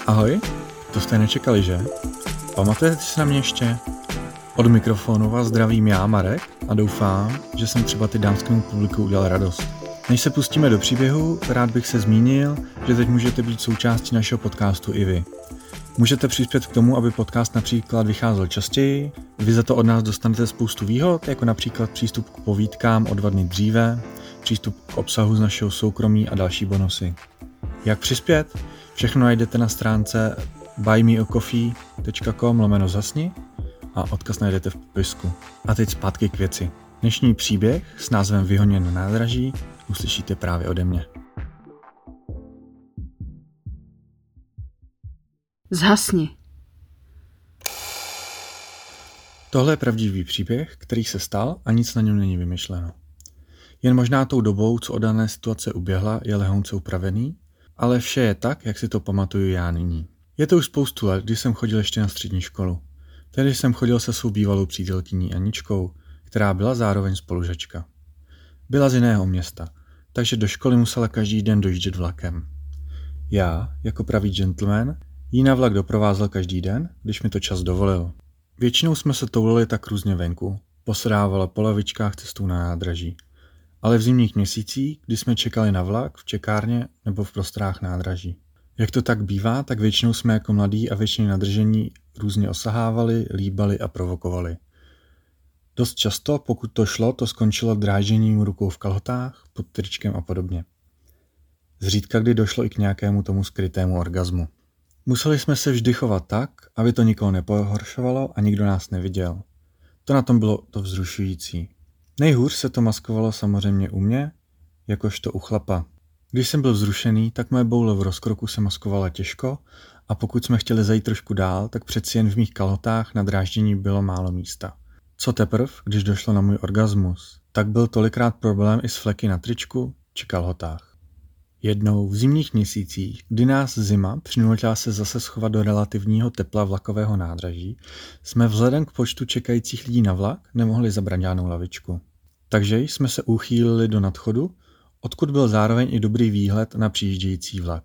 Ahoj, to jste nečekali, že? Pamatujete si na mě ještě? Od mikrofonu vás zdravím já, Marek, a doufám, že jsem třeba ty dámskému publiku udělal radost. Než se pustíme do příběhu, rád bych se zmínil, že teď můžete být součástí našeho podcastu i vy. Můžete přispět k tomu, aby podcast například vycházel častěji, vy za to od nás dostanete spoustu výhod, jako například přístup k povídkám o 2 dny dříve, přístup k obsahu z našeho soukromí a další bonusy. Jak přispět? Všechno najdete na stránce buymeacoffee.com/zhasni a odkaz najdete v popisku. A teď zpátky k věci. Dnešní příběh s názvem Vyhoněn na nádraží uslyšíte právě ode mě. Zhasni. Tohle je pravdivý příběh, který se stal a nic na něm není vymyšleno. Jen možná tou dobou, co od dané situace uběhla, je lehonce upravený, ale vše je tak, jak si to pamatuju já nyní. Je to už spoustu let, když jsem chodil ještě na střední školu. Tehdy jsem chodil se svou bývalou přítelkyní Aničkou, která byla zároveň spolužačka. Byla z jiného města, takže do školy musela každý den dojíždět vlakem. Já, jako pravý gentleman, jí na vlak doprovázel každý den, když mi to čas dovolil. Většinou jsme se toulili tak různě venku, posedávali po lavičkách cestou na nádraží. Ale v zimních měsících, kdy jsme čekali na vlak v čekárně nebo v prostorách nádraží. Jak to tak bývá, tak většinou jsme jako mladí a většině nadržení různě osahávali, líbali a provokovali. Dost často, pokud to šlo, to skončilo drážením rukou v kalhotách, pod tričkem a podobně. Zřídka kdy došlo i k nějakému tomu skrytému orgazmu. Museli jsme se vždy chovat tak, aby to nikoho nepohoršovalo a nikdo nás neviděl. To na tom bylo to vzrušující. Nejhůř se to maskovalo samozřejmě u mě, jakožto u chlapa. Když jsem byl vzrušený, tak moje boule v rozkroku se maskovala těžko a pokud jsme chtěli zajít trošku dál, tak přeci jen v mých kalhotách na dráždění bylo málo místa. Co teprv, když došlo na můj orgasmus, tak byl tolikrát problém i s fleky na tričku či kalhotách. Jednou v zimních měsících, kdy nás zima přinutila se zase schovat do relativního tepla vlakového nádraží, jsme vzhledem k počtu čekajících lidí na vlak nemohli zabrat žádnou lavičku. Takže jsme se uchýlili do nadchodu, odkud byl zároveň i dobrý výhled na přijíždějící vlak.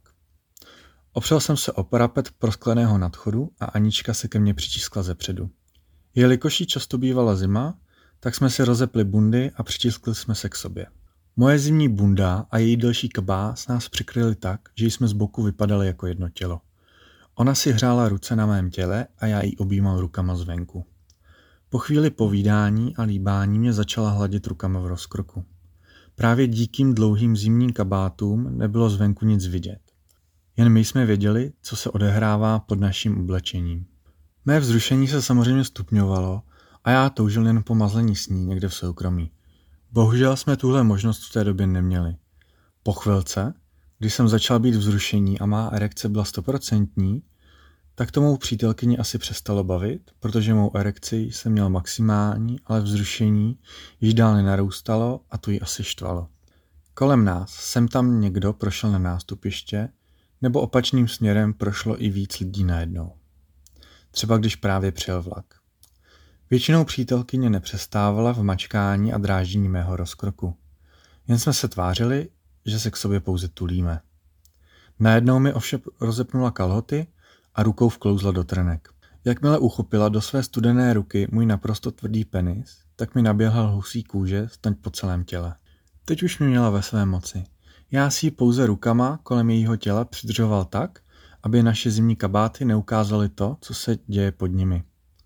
Opřel jsem se o parapet proskleného nadchodu a Anička se ke mně přitiskla zepředu. Jelikož jí často bývala zima, tak jsme si rozepli bundy a přitiskli jsme se k sobě. Moje zimní bunda a její delší kabát nás přikryly tak, že jsme z boku vypadali jako jedno tělo. Ona si hřála ruce na mém těle a já ji objímal rukama zvenku. Po chvíli povídání a líbání mě začala hladit rukama v rozkroku. Právě díky dlouhým zimním kabátům nebylo zvenku nic vidět. Jen my jsme věděli, co se odehrává pod naším oblečením. Mé vzrušení se samozřejmě stupňovalo a já toužil jen po mazlení s ní někde v soukromí. Bohužel jsme tuhle možnost v té době neměli. Po chvilce, když jsem začal být vzrušení a má erekce byla 100%, tak to mou přítelkyni asi přestalo bavit, protože mou erekci jsem měl maximální, ale vzrušení již dál nenarůstalo a to ji asi štvalo. Kolem nás sem tam někdo prošel na nástupiště, nebo opačným směrem prošlo i víc lidí najednou. Třeba když právě přijel vlak. Většinou přítelkyně nepřestávala v mačkání a dráždění mého rozkroku. Jen jsme se tvářili, že se k sobě pouze tulíme. Najednou mi ovšem rozepnula kalhoty a rukou vklouzla do trnek. Jakmile uchopila do své studené ruky můj naprosto tvrdý penis, tak mi naběhla husí kůže snad po celém těle. Teď už mě měla ve své moci. Já si ji pouze rukama kolem jejího těla přidržoval tak, aby naše zimní kabáty neukázaly to, co se děje pod nimi.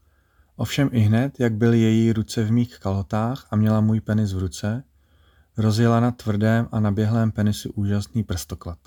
Ovšem ihned, jak byly její ruce v mých kalhotách a měla můj penis v ruce, rozjela na tvrdém a naběhlém penisu úžasný prstoklad.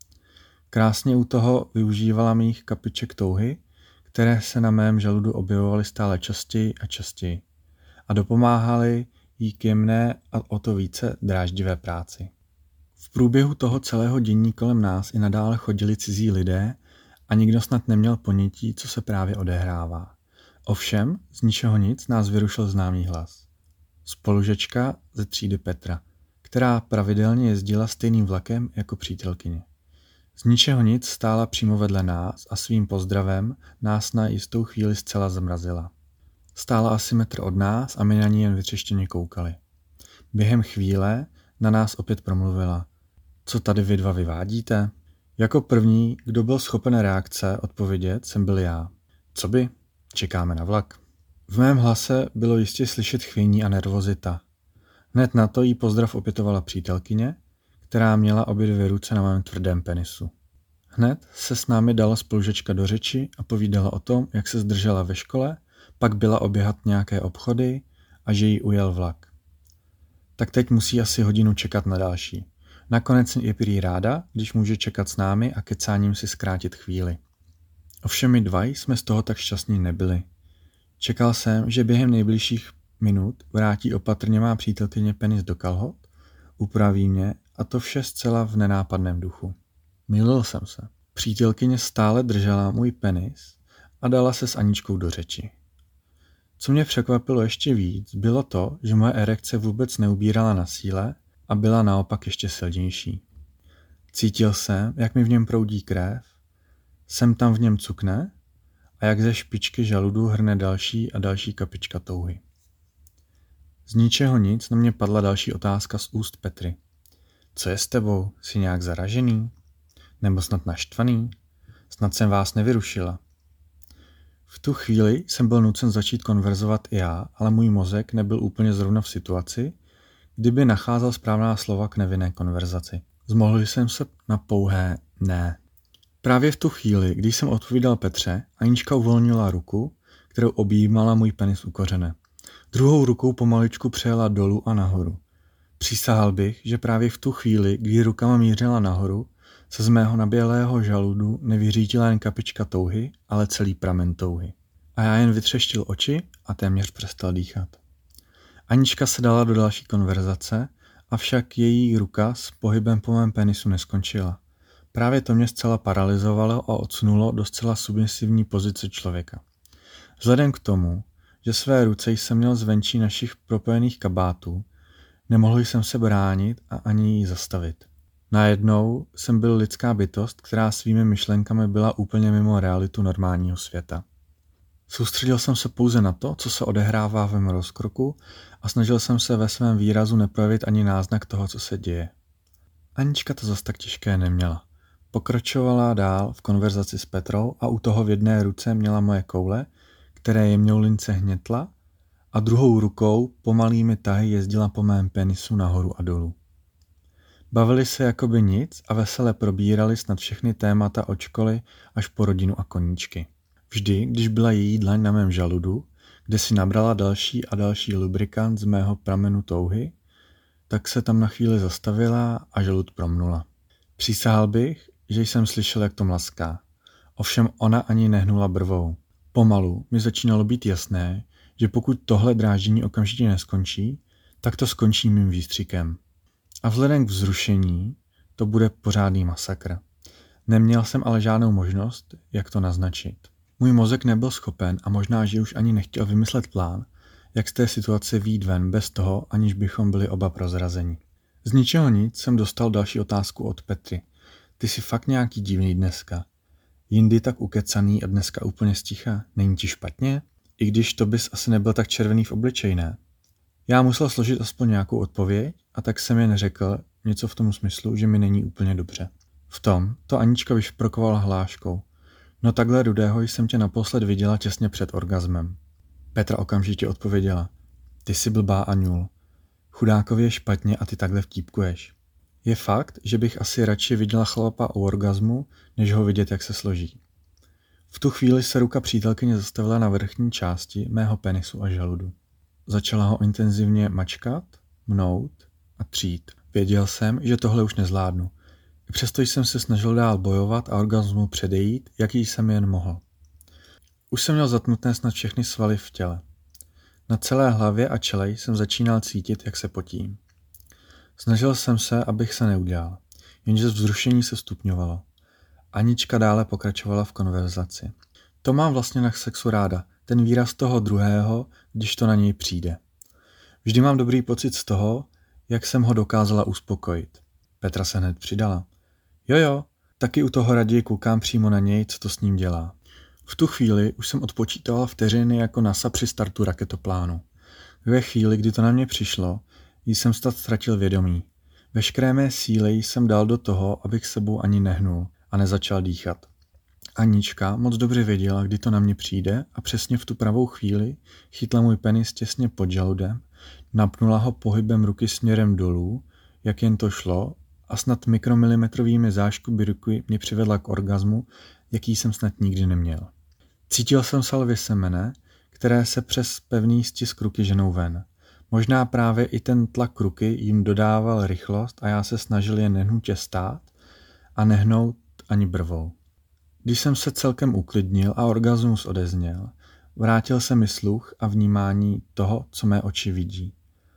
Krásně u toho využívala mých kapiček touhy, které se na mém žaludu objevovaly stále častěji a častěji a dopomáhaly jí k jemné a o to více dráždivé práci. V průběhu toho celého dění kolem nás i nadále chodili cizí lidé a nikdo snad neměl ponětí, co se právě odehrává. Ovšem, z ničeho nic nás vyrušil známý hlas. Spolužačka ze třídy Petra, která pravidelně jezdila stejným vlakem jako přítelkyně. Z ničeho nic stála přímo vedle nás a svým pozdravem nás na jistou chvíli zcela zamrazila. Stála asi metr od nás a my na ní jen vytřeštěně koukali. Během chvíle na nás opět promluvila. Co tady vy dva vyvádíte? Jako první, kdo byl schopen reakce odpovědět, jsem byl já. Co by? Čekáme na vlak. V mém hlase bylo jistě slyšet chvění a nervozita. Hned na to jí pozdrav opětovala přítelkyně, která měla obě dvě ruce na mém tvrdém penisu. Hned se s námi dala spolužečka do řeči a povídala o tom, jak se zdržela ve škole, pak byla oběhat nějaké obchody a že jí ujel vlak. Tak teď musí asi hodinu čekat na další. Nakonec je prý ráda, když může čekat s námi a kecáním si zkrátit chvíli. Ovšem my dva jsme z toho tak šťastní nebyli. Čekal jsem, že během nejbližších minut vrátí opatrně má přítelkyně penis do kalhot, upraví mě a to vše zcela v nenápadném duchu. Mýlil jsem se. Přítelkyně stále držela můj penis a dala se s Aničkou do řeči. Co mě překvapilo ještě víc, bylo to, že moje erekce vůbec neubírala na síle a byla naopak ještě silnější. Cítil jsem, jak mi v něm proudí krev, sem tam v něm cukne a jak ze špičky žaludu hrne další a další kapička touhy. Z ničeho nic na mě padla další otázka z úst Petry. Co je s tebou? Jsi nějak zaražený? Nebo snad naštvaný? Snad jsem vás nevyrušila. V tu chvíli jsem byl nucen začít konverzovat i já, ale můj mozek nebyl úplně zrovna v situaci, kdyby nacházel správná slova k nevinné konverzaci. Zmohl jsem se na pouhé ne. Právě v tu chvíli, když jsem odpovídal Petře, Anička uvolnila ruku, kterou objímala můj penis u kořene. Druhou rukou pomaličku přejela dolů a nahoru. Přísahal bych, že právě v tu chvíli, kdy rukama mířila nahoru, se z mého nabělého žaludu nevyřítila jen kapička touhy, ale celý pramen touhy. A já jen vytřeštil oči a téměř přestal dýchat. Anička se dala do další konverzace, avšak její ruka s pohybem po mém penisu neskončila. Právě to mě zcela paralyzovalo a odsunulo do zcela submisivní pozice člověka. Vzhledem k tomu, že své ruce jsem měl zvenčí našich propojených kabátů, nemohl jsem se bránit a ani ji zastavit. Najednou jsem byl lidská bytost, která svými myšlenkami byla úplně mimo realitu normálního světa. Soustředil jsem se pouze na to, co se odehrává v mém rozkroku a snažil jsem se ve svém výrazu neprojevit ani náznak toho, co se děje. Anička to zas tak těžké neměla. Pokračovala dál v konverzaci s Petrou a u toho v jedné ruce měla moje koule, které jemnou lince hnětla, a druhou rukou pomalými tahy jezdila po mém penisu nahoru a dolů. Bavili se jakoby nic a vesele probírali snad všechny témata od školy až po rodinu a koníčky. Vždy, když byla její dlaň na mém žaludu, kde si nabrala další a další lubrikant z mého pramenu touhy, tak se tam na chvíli zastavila a žalud promnula. Přísahal bych, že jsem slyšel, jak to mlaská. Ovšem ona ani nehnula brvou. Pomalu mi začínalo být jasné, že pokud tohle dráždění okamžitě neskončí, tak to skončí mým výstřikem. A vzhledem k vzrušení to bude pořádný masakr. Neměl jsem ale žádnou možnost, jak to naznačit. Můj mozek nebyl schopen a možná, že už ani nechtěl vymyslet plán, jak z té situace vyjít ven bez toho, aniž bychom byli oba prozrazeni. Z ničeho nic jsem dostal další otázku od Petry. Ty jsi fakt nějaký divný dneska. Jindy tak ukecaný a dneska úplně sticha. Není ti špatně? I když to bys asi nebyl tak červený v obličeji, ne? Já musel složit aspoň nějakou odpověď a tak jsem jen řekl něco v tom smyslu, že mi není úplně dobře. V tom to Anička vyšprokovala hláškou. No takhle rudého jsem tě naposled viděla těsně před orgazmem. Petra okamžitě odpověděla. Ty jsi blbá Aňul. Chudákovi je špatně a ty takhle vtípkuješ. Je fakt, že bych asi radši viděla chlapa u orgazmu, než ho vidět, jak se složí. V tu chvíli se ruka přítelkyně zastavila na vrchní části mého penisu a žaludu. Začala ho intenzivně mačkat, mnout a třít. Věděl jsem, že tohle už nezvládnu. I přesto jsem se snažil dál bojovat a orgazmu předejít, jaký jsem jen mohl. Už jsem měl zatnutné snad všechny svaly v těle. Na celé hlavě a čele jsem začínal cítit, jak se potím. Snažil jsem se, abych se neudělal, jenže vzrušení se stupňovalo. Anička dále pokračovala v konverzaci. To mám vlastně na sexu ráda, ten výraz toho druhého, když to na něj přijde. Vždy mám dobrý pocit z toho, jak jsem ho dokázala uspokojit. Petra se hned přidala. Jo, taky u toho raději koukám přímo na něj, co to s ním dělá. V tu chvíli už jsem odpočítal vteřiny jako NASA při startu raketoplánu. Ve chvíli, kdy to na mě přišlo, jsem snad ztratil vědomí. Veškeré mé síly jsem dal do toho, abych sebou ani nehnul. a nezačal dýchat. Anička moc dobře věděla, kdy to na mě přijde a přesně v tu pravou chvíli chytla můj penis těsně pod žaludem, napnula ho pohybem ruky směrem dolů, jak jen to šlo, a snad mikromilimetrovými záškuby ruky mě přivedla k orgazmu, jaký jsem snad nikdy neměl. Cítil jsem salvy semene, které se přes pevný stisk ruky ženou ven. Možná právě i ten tlak ruky jim dodával rychlost a já se snažil jen nehnutě stát a nehnout ani brvou. Když jsem se celkem uklidnil a orgasmus odezněl, vrátil se mi sluch a vnímání toho, co mé oči vidí.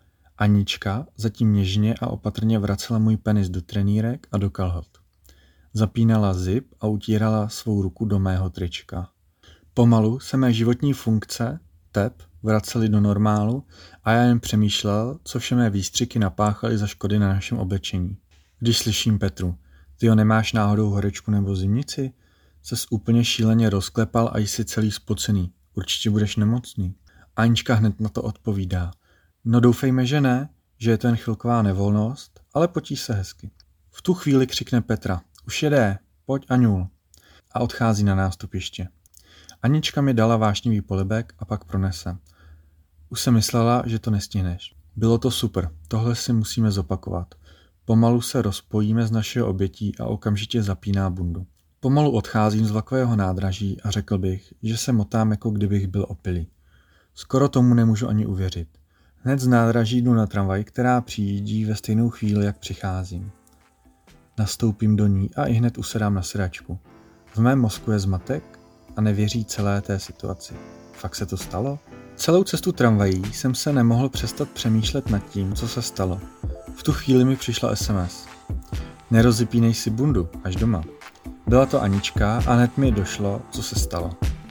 Anička zatím něžně a opatrně vracela můj penis do trenýrek a do kalhot. Zapínala zip a utírala svou ruku do mého trička. Pomalu se mé životní funkce, tep, vracely do normálu a já jen přemýšlel, co vše mé výstřiky napáchaly za škody na našem oblečení. Když slyším Petru, tyjo, nemáš náhodou horečku nebo zimnici? Ses úplně šíleně rozklepal a jsi celý spocený. Určitě budeš nemocný. Anička hned na to odpovídá. No doufejme, že ne, že je to jen chvilková nevolnost, ale potíž se hezky. V tu chvíli křikne Petra. Už jede, pojď Aňul. A odchází na nástupiště. Anička mi dala vášnivý polibek a pak pronese. Už jsem myslela, že to nestihneš. Bylo to super, tohle si musíme zopakovat. Pomalu se rozpojíme z našeho obětí a okamžitě zapíná bundu. Pomalu odcházím z vlakového nádraží a řekl bych, že se motám, jako kdybych byl opilý. Skoro tomu nemůžu ani uvěřit. Hned z nádraží jdu na tramvaj, která přijíždí ve stejnou chvíli, jak přicházím. Nastoupím do ní a ihned usedám na sedačku. V mém mozku je zmatek a nevěří celé té situaci. Fakt se to stalo? Celou cestu tramvají jsem se nemohl přestat přemýšlet nad tím, co se stalo. V tu chvíli mi přišla SMS. Nerozepínej si bundu, až doma. Byla to Anička a hned mi došlo, co se stalo.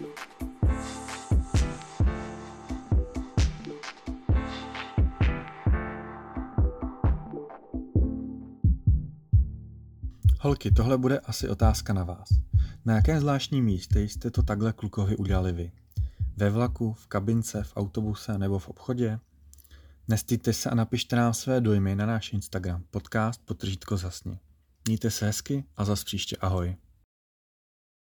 Holky, tohle bude asi otázka na vás. Na jakém zvláštním místě jste to takhle klukovi udělali vy? Ve vlaku, v kabince, v autobuse nebo v obchodě? Nestyďte se a napište nám své dojmy na náš Instagram podcast _zasni. Mějte se hezky a zas příště ahoj.